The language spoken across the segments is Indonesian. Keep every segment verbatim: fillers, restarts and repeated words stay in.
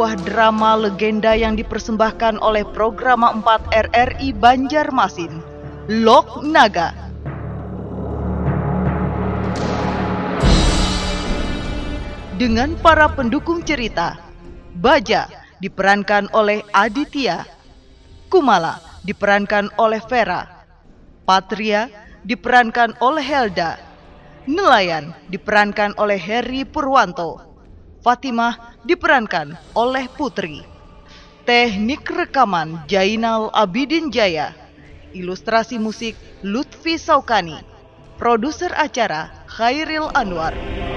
sebuah drama legenda yang dipersembahkan oleh Programa empat R R I Banjarmasin, Lok Naga. Dengan para pendukung cerita, Baja diperankan oleh Aditya, Kumala diperankan oleh Vera, Patria diperankan oleh Helda, Nelayan diperankan oleh Heri Purwanto, Fatimah diperankan oleh Putri. Teknik rekaman Jainal Abidin Jaya, ilustrasi musik Lutfi Saukani, produser acara Khairil Anwar.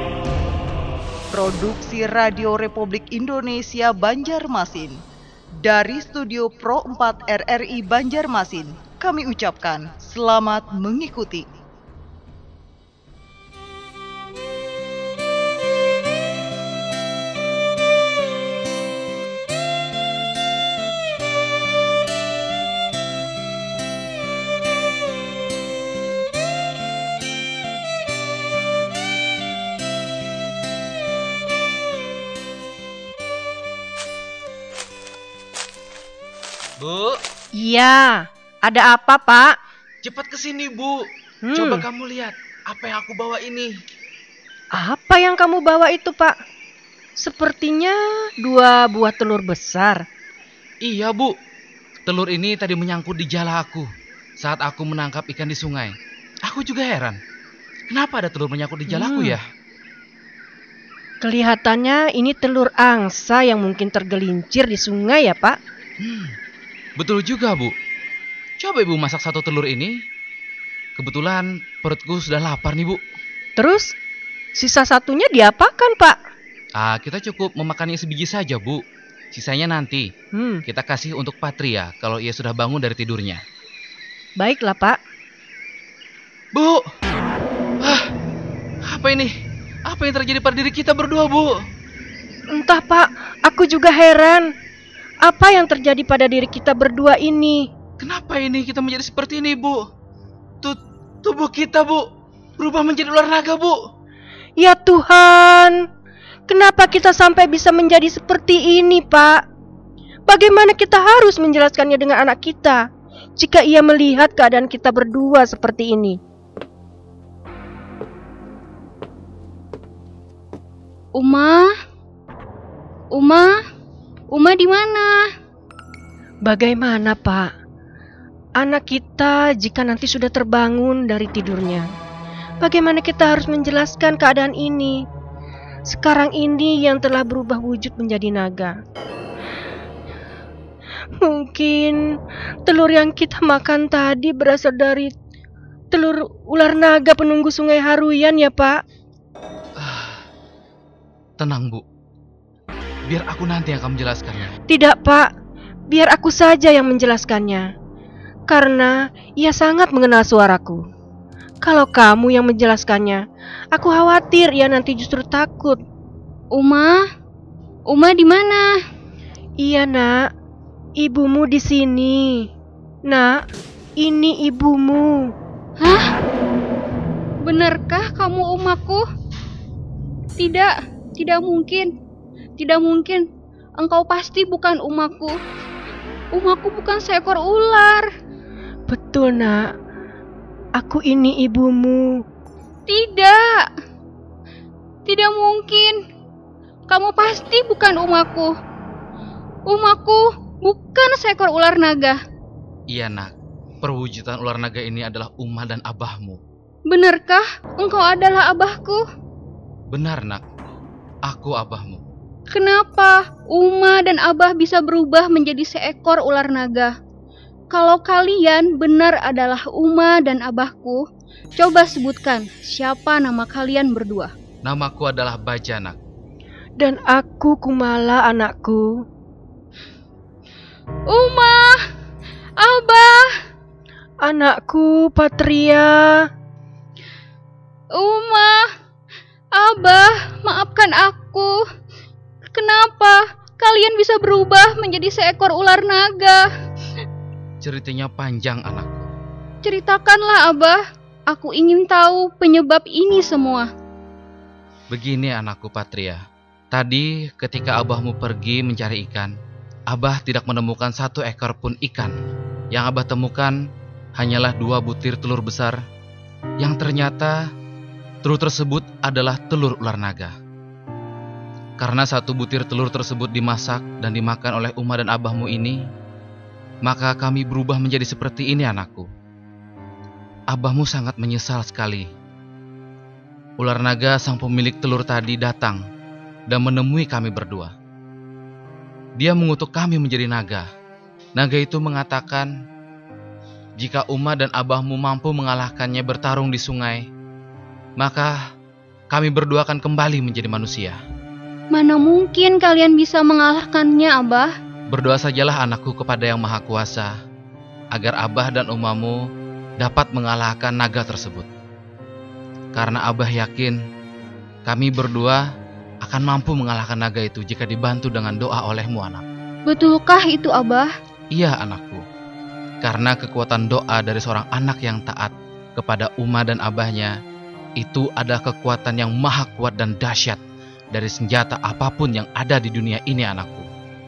Produksi Radio Republik Indonesia Banjarmasin. Dari Studio Pro empat R R I Banjarmasin, kami ucapkan selamat mengikuti. Bu. Iya, ada apa, Pak? Cepat kesini, Bu. Hmm. Coba kamu lihat apa yang aku bawa ini. Apa yang kamu bawa itu, Pak? Sepertinya dua buah telur besar. Iya, Bu. Telur ini tadi menyangkut di jala aku saat aku menangkap ikan di sungai. Aku juga heran. Kenapa ada telur menyangkut di jalaku Hmm. ya? Kelihatannya ini telur angsa yang mungkin tergelincir di sungai ya, Pak? Hmm. Betul juga, Bu. Coba Ibu masak satu telur ini. Kebetulan perutku sudah lapar nih, Bu. Terus, sisa satunya diapakan, Pak? Ah, kita cukup memakannya sebiji saja, Bu. Sisanya nanti Hmm, kita kasih untuk Patria kalau ia sudah bangun dari tidurnya. baiklah, Pak. Bu! Ah, apa ini? Apa yang terjadi pada diri kita berdua, Bu? Entah, Pak. Aku juga heran. Apa yang terjadi pada diri kita berdua ini? Kenapa ini kita menjadi seperti ini, Bu? Tu- tubuh kita, Bu, berubah menjadi ular naga, Bu. Ya Tuhan, kenapa kita sampai bisa menjadi seperti ini, Pak? Bagaimana kita harus menjelaskannya dengan anak kita jika ia melihat keadaan kita berdua seperti ini? Uma? Uma? Uma di mana? Bagaimana, Pak? Anak kita jika nanti sudah terbangun dari tidurnya, bagaimana kita harus menjelaskan keadaan ini? Sekarang ini yang telah berubah wujud menjadi naga. Mungkin telur yang kita makan tadi berasal dari telur ular naga penunggu Sungai Haruyan ya, Pak? Tenang, Bu. Biar aku nanti yang akan menjelaskannya. Tidak, Pak. Biar aku saja yang menjelaskannya. Karena ia sangat mengenal suaraku. Kalau kamu yang menjelaskannya, aku khawatir ia nanti justru takut. Uma? Uma di mana? Iya, Nak. Ibumu di sini. Nak, ini ibumu. Hah? Benarkah kamu umaku? Tidak, tidak mungkin. Tidak mungkin. Engkau pasti bukan umaku. Umaku bukan seekor ular. Betul, Nak. Aku ini ibumu. Tidak. Tidak mungkin. Kamu pasti bukan umaku. Umaku bukan seekor ular naga. Iya, Nak. Perwujudan ular naga ini adalah Uma dan abahmu. Benarkah engkau adalah abahku? Benar, Nak. Aku abahmu. Kenapa Uma dan Abah bisa berubah menjadi seekor ular naga? Kalau kalian benar adalah Uma dan Abahku, coba sebutkan siapa nama kalian berdua. Namaku adalah Baja, Nak. Dan aku Kumala, anakku. Uma, Abah, Anakku Patria. Uma, Abah, maafkan aku. Kenapa kalian bisa berubah menjadi seekor ular naga? Ceritanya panjang, anakku. Ceritakanlah, Abah. Aku ingin tahu penyebab ini semua. Begini, anakku Patria. Tadi ketika abahmu pergi mencari ikan, abah tidak menemukan satu ekor pun ikan. Yang abah temukan hanyalah dua butir telur besar, yang ternyata telur tersebut adalah telur ular naga. Karena satu butir telur tersebut dimasak dan dimakan oleh Uma dan abahmu ini, maka kami berubah menjadi seperti ini, anakku. Abahmu sangat menyesal sekali. Ular naga sang pemilik telur tadi datang dan menemui kami berdua. Dia mengutuk kami menjadi naga. Naga itu mengatakan, jika Uma dan abahmu mampu mengalahkannya bertarung di sungai, maka kami berdua akan kembali menjadi manusia. Mana mungkin kalian bisa mengalahkannya, Abah? Berdoa sajalah anakku kepada Yang Maha Kuasa, agar abah dan umamu dapat mengalahkan naga tersebut. Karena abah yakin, kami berdua akan mampu mengalahkan naga itu jika dibantu dengan doa olehmu, anak. Betulkah itu, Abah? Iya, anakku. Karena kekuatan doa dari seorang anak yang taat kepada Uma dan abahnya, itu adalah kekuatan yang maha kuat dan dahsyat dari senjata apapun yang ada di dunia ini, anakku.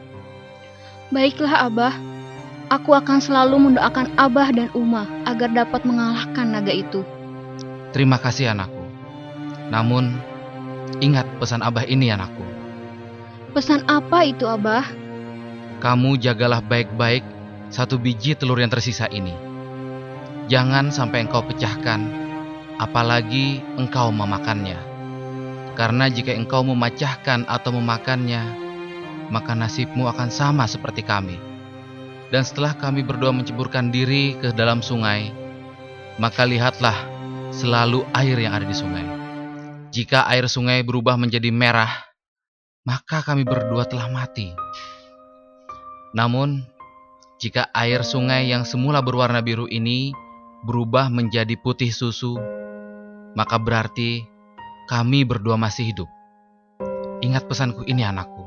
Baiklah, Abah. Aku akan selalu mendoakan Abah dan Uma agar dapat mengalahkan naga itu. Terima kasih, anakku. Namun, ingat pesan abah ini, anakku. Pesan apa itu, Abah? Kamu jagalah baik-baik satu biji telur yang tersisa ini. Jangan sampai engkau pecahkan, apalagi engkau memakannya. Karena jika engkau memecahkan atau memakannya, maka nasibmu akan sama seperti kami. Dan setelah kami berdua menceburkan diri ke dalam sungai, maka lihatlah selalu air yang ada di sungai. Jika air sungai berubah menjadi merah, maka kami berdua telah mati. Namun, jika air sungai yang semula berwarna biru ini berubah menjadi putih susu, maka berarti kami berdua masih hidup. Ingat pesanku ini, anakku.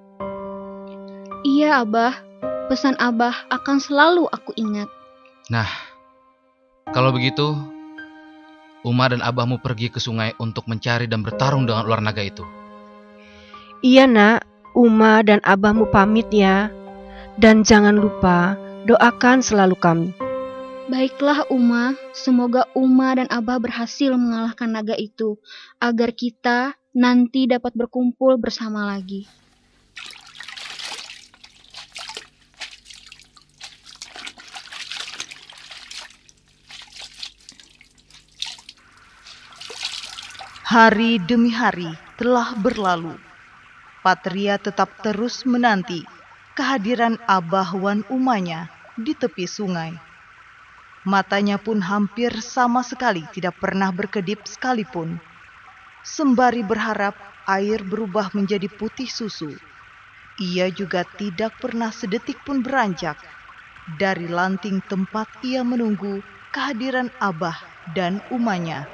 Iya, Abah. Pesan Abah akan selalu aku ingat. Nah, kalau begitu, Uma dan abahmu pergi ke sungai untuk mencari dan bertarung dengan ular naga itu. Iya, Nak. Uma dan abahmu pamit ya. Dan jangan lupa doakan selalu kami. Baiklah, Uma. Semoga Uma dan Abah berhasil mengalahkan naga itu, agar kita nanti dapat berkumpul bersama lagi. Hari demi hari telah berlalu. Patria tetap terus menanti kehadiran Abah Wan Umanya di tepi sungai. Matanya pun hampir sama sekali tidak pernah berkedip sekalipun. Sembari berharap air berubah menjadi putih susu, ia juga tidak pernah sedetik pun beranjak dari lanting tempat ia menunggu kehadiran Abah dan Umanya.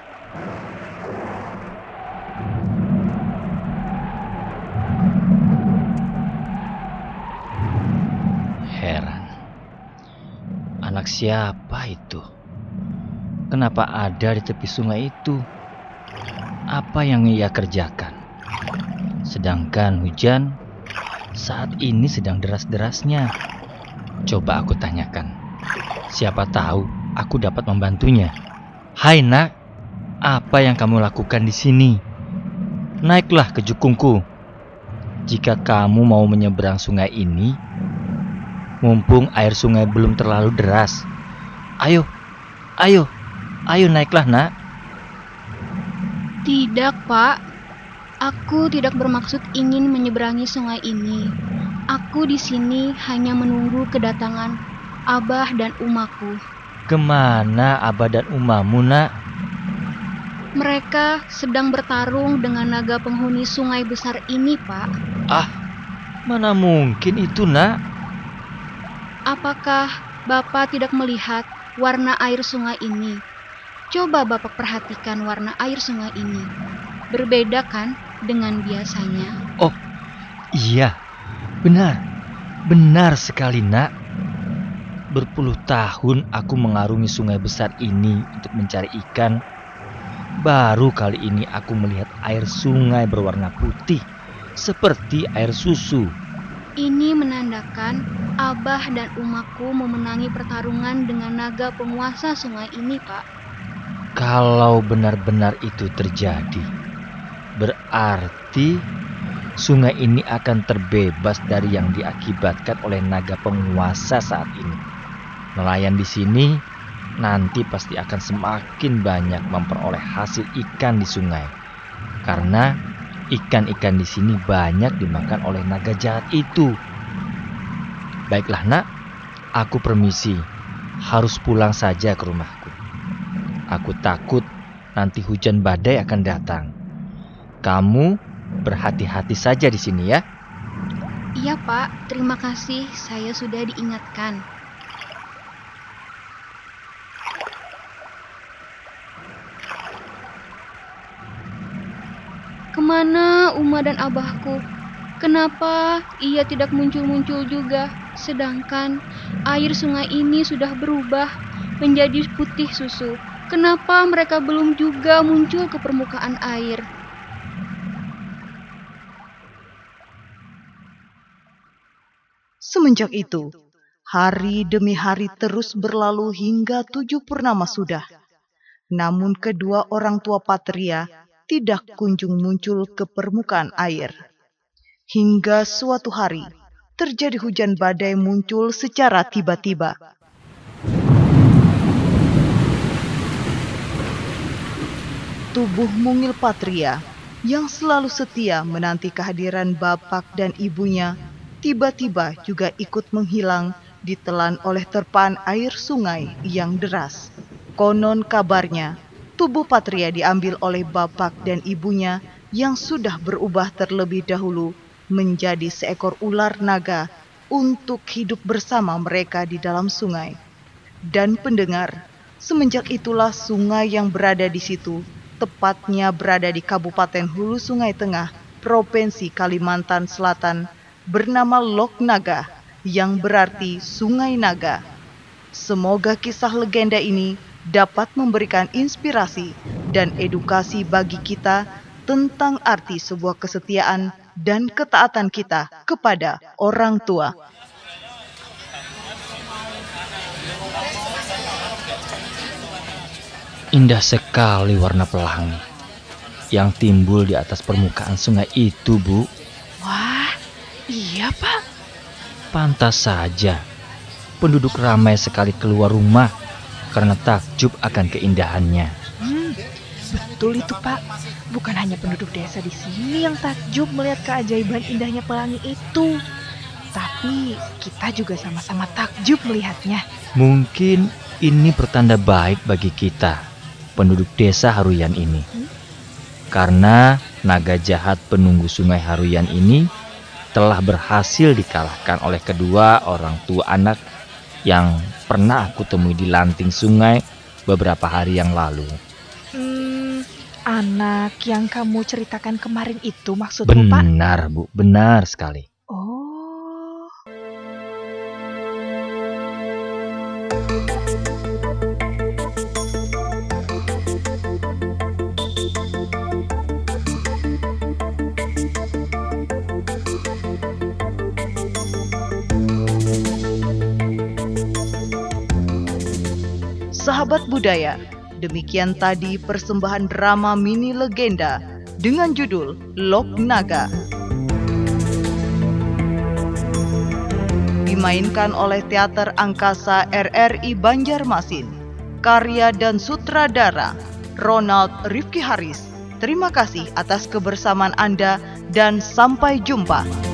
Heran, anak siapa itu? Kenapa ada di tepi sungai itu? Apa yang ia kerjakan? Sedangkan hujan saat ini sedang deras-derasnya. Coba aku tanyakan. Siapa tahu aku dapat membantunya. Hai nak, apa yang kamu lakukan di sini? Naiklah ke jukungku. Jika kamu mau menyeberang sungai ini, mumpung air sungai belum terlalu deras. Ayo, ayo, ayo naiklah nak. Tidak, Pak. Aku tidak bermaksud ingin menyeberangi sungai ini. Aku di sini hanya menunggu kedatangan Abah dan Umaku. Kemana Abah dan Umamu nak? Mereka sedang bertarung dengan naga penghuni sungai besar ini, Pak. Ah, mana mungkin itu nak? Apakah Bapak tidak melihat warna air sungai ini? Coba Bapak perhatikan warna air sungai ini. Berbeda kan dengan biasanya? Oh, iya. Benar. Benar sekali, nak. Berpuluh tahun aku mengarungi sungai besar ini untuk mencari ikan. Baru kali ini aku melihat air sungai berwarna putih seperti air susu. Ini menandakan Abah dan umaku memenangi pertarungan dengan naga penguasa sungai ini, Pak. Kalau benar-benar itu terjadi, berarti sungai ini akan terbebas dari yang diakibatkan oleh naga penguasa saat ini. Nelayan di sini nanti pasti akan semakin banyak memperoleh hasil ikan di sungai. Karena ikan-ikan di sini banyak dimakan oleh naga jahat itu. Baiklah nak, aku permisi. Harus pulang saja ke rumahku. Aku takut nanti hujan badai akan datang. Kamu berhati-hati saja di sini ya. Iya, Pak. Terima kasih, saya sudah diingatkan. Kemana Uma dan Abahku? Kenapa ia tidak muncul-muncul juga? Sedangkan air sungai ini sudah berubah menjadi putih susu. Kenapa mereka belum juga muncul ke permukaan air? Semenjak itu, hari demi hari terus berlalu hingga tujuh purnama sudah. Namun kedua orang tua Patria tidak kunjung muncul ke permukaan air. Hingga suatu hari, terjadi hujan badai muncul secara tiba-tiba. Tubuh mungil Patria yang selalu setia menanti kehadiran bapak dan ibunya tiba-tiba juga ikut menghilang ditelan oleh terpaan air sungai yang deras. Konon kabarnya, tubuh Patria diambil oleh bapak dan ibunya yang sudah berubah terlebih dahulu menjadi seekor ular naga untuk hidup bersama mereka di dalam sungai. Dan pendengar, semenjak itulah sungai yang berada di situ, tepatnya berada di Kabupaten Hulu Sungai Tengah, Provinsi Kalimantan Selatan, bernama Lok Naga, yang berarti Sungai Naga. Semoga kisah legenda ini dapat memberikan inspirasi dan edukasi bagi kita tentang arti sebuah kesetiaan dan ketaatan kita kepada orang tua. Indah sekali warna pelangi yang timbul di atas permukaan sungai itu, Bu. Wah, iya Pak. Pantas saja penduduk ramai sekali keluar rumah karena takjub akan keindahannya. Hmm, betul itu Pak. Bukan hanya penduduk desa di sini yang takjub melihat keajaiban indahnya pelangi itu, tapi kita juga sama-sama takjub melihatnya. Mungkin ini pertanda baik bagi kita, penduduk desa Haruyan ini. Hmm? Karena naga jahat penunggu sungai Haruyan ini telah berhasil dikalahkan oleh kedua orang tua anak yang pernah aku temui di lanting sungai beberapa hari yang lalu. Hmm, anak yang kamu ceritakan kemarin itu maksudmu, Pak? Benar, Bu. Benar sekali. Oh. Sahabat budaya, demikian tadi persembahan drama mini legenda dengan judul Lok Naga. Dimainkan oleh Teater Angkasa R R I Banjarmasin. Karya dan sutradara Ronald Rifki Haris. Terima kasih atas kebersamaan Anda dan sampai jumpa.